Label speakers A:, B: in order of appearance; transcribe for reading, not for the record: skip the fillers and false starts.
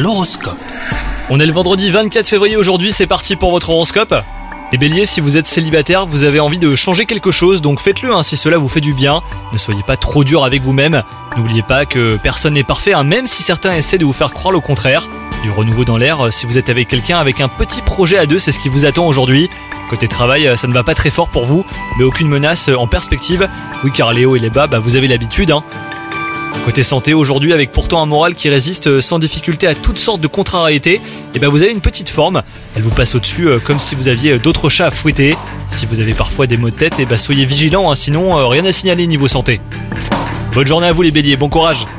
A: L'horoscope.
B: On est le vendredi 24 février aujourd'hui, c'est parti pour votre horoscope. Les béliers, si vous êtes célibataire, vous avez envie de changer quelque chose, donc faites-le si cela vous fait du bien. Ne soyez pas trop dur avec vous-même. N'oubliez pas que personne n'est parfait, même si certains essaient de vous faire croire le contraire. Du renouveau dans l'air, si vous êtes avec quelqu'un avec un petit projet à deux, c'est ce qui vous attend aujourd'hui. Côté travail, ça ne va pas très fort pour vous, mais aucune menace en perspective. Oui, car les hauts et les bas, vous avez l'habitude. Côté santé, aujourd'hui, avec pourtant un moral qui résiste sans difficulté à toutes sortes de contrariétés, vous avez une petite forme. Elle vous passe au-dessus comme si vous aviez d'autres chats à fouetter. Si vous avez parfois des maux de tête, soyez vigilants, sinon rien à signaler niveau santé. Bonne journée à vous les béliers, bon courage.